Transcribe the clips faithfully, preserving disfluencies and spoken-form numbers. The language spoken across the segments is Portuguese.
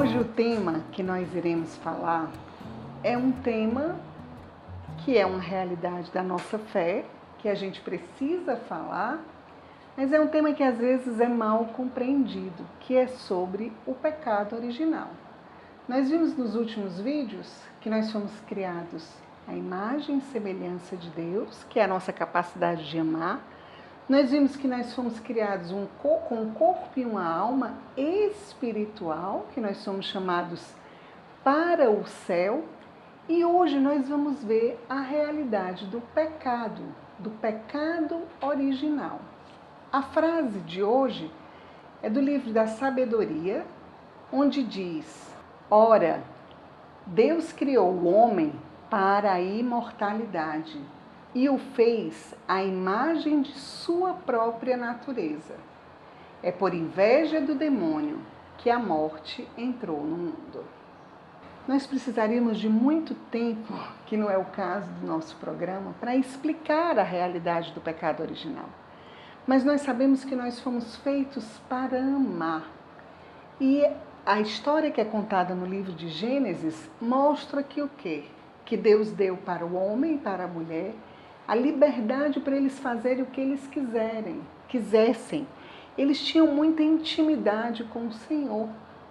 Hoje o tema que nós iremos falar é um tema que é uma realidade da nossa fé, que a gente precisa falar, mas é um tema que às vezes é mal compreendido, que é sobre o pecado original. Nós vimos nos últimos vídeos que nós fomos criados à imagem e semelhança de Deus, que é a nossa capacidade de amar. Nós vimos que nós fomos criados um co- com um corpo e uma alma espiritual, que nós somos chamados para o céu. E hoje nós vamos ver a realidade do pecado, do pecado original. A frase de hoje é do livro da Sabedoria, onde diz: ora, Deus criou o homem para a imortalidade e o fez à imagem de sua própria natureza. É por inveja do demônio que a morte entrou no mundo. Nós precisaríamos de muito tempo, que não é o caso do nosso programa, para explicar a realidade do pecado original. Mas nós sabemos que nós fomos feitos para amar. E a história que é contada no livro de Gênesis mostra que o quê? Que Deus deu para o homem e para a mulher a liberdade para eles fazerem o que eles quiserem, quisessem. Eles tinham muita intimidade com o Senhor.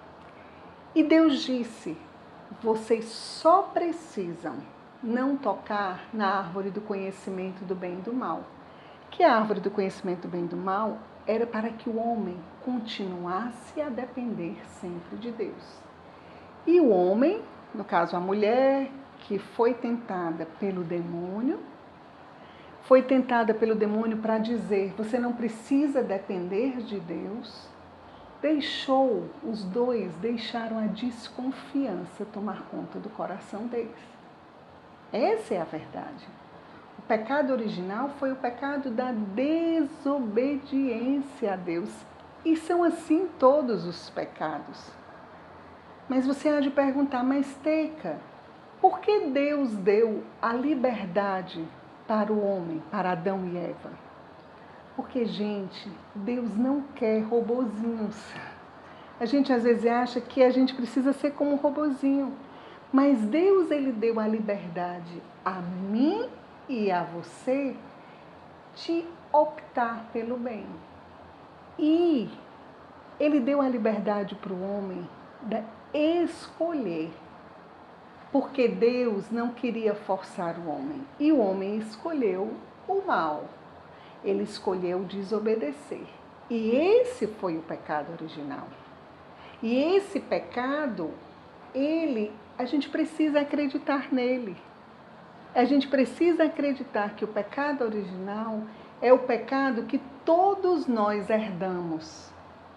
E Deus disse: vocês só precisam não tocar na árvore do conhecimento do bem e do mal. Que a árvore do conhecimento do bem e do mal era para que o homem continuasse a depender sempre de Deus. E o homem, no caso a mulher, que foi tentada pelo demônio, foi tentada pelo demônio para dizer: você não precisa depender de Deus. Deixou, os dois deixaram a desconfiança tomar conta do coração deles. Essa é a verdade. O pecado original foi o pecado da desobediência a Deus. E são assim todos os pecados. Mas você há de perguntar: mas Teca, por que Deus deu a liberdade para o homem, para Adão e Eva? Porque, gente, Deus não quer robozinhos. A gente às vezes acha que a gente precisa ser como um robozinho. Mas Deus, ele deu a liberdade a mim e a você de optar pelo bem. E ele deu a liberdade para o homem de escolher. Porque Deus não queria forçar o homem. E o homem escolheu o mal. Ele escolheu desobedecer. E esse foi o pecado original. E esse pecado, ele, a gente precisa acreditar nele. A gente precisa acreditar que o pecado original é o pecado que todos nós herdamos.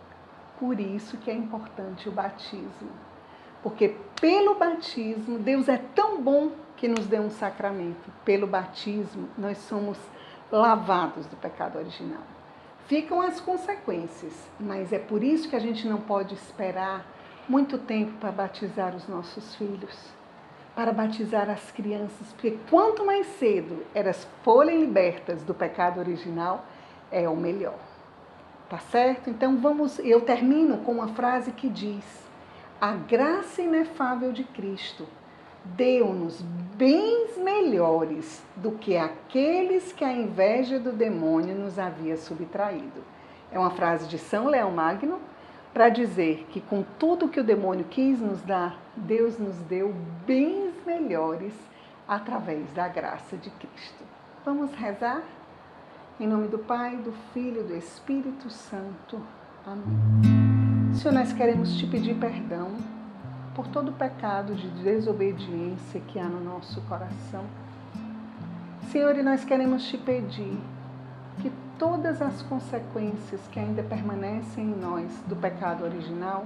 Por isso que é importante o batismo. Porque pelo batismo, Deus é tão bom que nos deu um sacramento. Pelo batismo, nós somos lavados do pecado original. Ficam as consequências, mas é por isso que a gente não pode esperar muito tempo para batizar os nossos filhos, para batizar as crianças, porque quanto mais cedo elas forem libertas do pecado original, é o melhor. Tá certo? Então vamos, eu termino com uma frase que diz: a graça inefável de Cristo deu-nos bens melhores do que aqueles que a inveja do demônio nos havia subtraído. É uma frase de São Leão Magno para dizer que com tudo que o demônio quis nos dar, Deus nos deu bens melhores através da graça de Cristo. Vamos rezar? Em nome do Pai, do Filho e do Espírito Santo. Amém. Senhor, nós queremos te pedir perdão por todo o pecado de desobediência que há no nosso coração. Senhor, e nós queremos te pedir que todas as consequências que ainda permanecem em nós do pecado original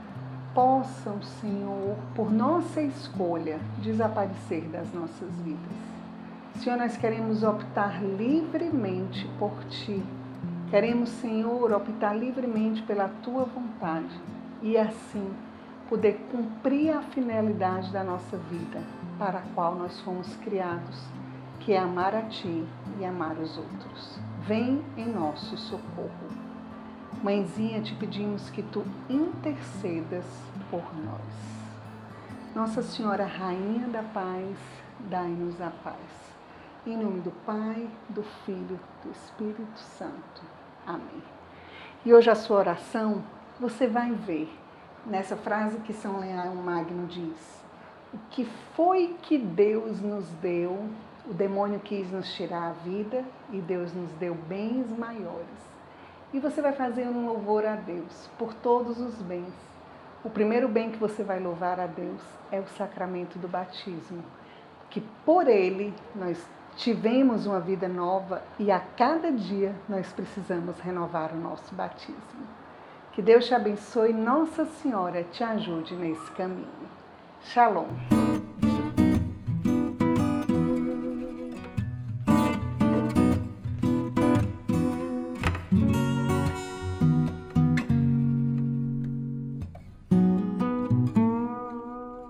possam, Senhor, por nossa escolha, desaparecer das nossas vidas. Senhor, nós queremos optar livremente por Ti. Queremos, Senhor, optar livremente pela Tua vontade e assim poder cumprir a finalidade da nossa vida, para a qual nós fomos criados, que é amar a Ti e amar os outros. Vem em nosso socorro. Mãezinha, te pedimos que tu intercedas por nós. Nossa Senhora, Rainha da Paz, dai-nos a paz. Em nome do Pai, do Filho, do Espírito Santo. Amém. E hoje a sua oração, você vai ver nessa frase que São Leão Magno diz: o que foi que Deus nos deu? O demônio quis nos tirar a vida e Deus nos deu bens maiores. E você vai fazer um louvor a Deus por todos os bens. O primeiro bem que você vai louvar a Deus é o sacramento do batismo, que por ele nós tivemos uma vida nova e a cada dia nós precisamos renovar o nosso batismo. Que Deus te abençoe, Nossa Senhora te ajude nesse caminho. Shalom.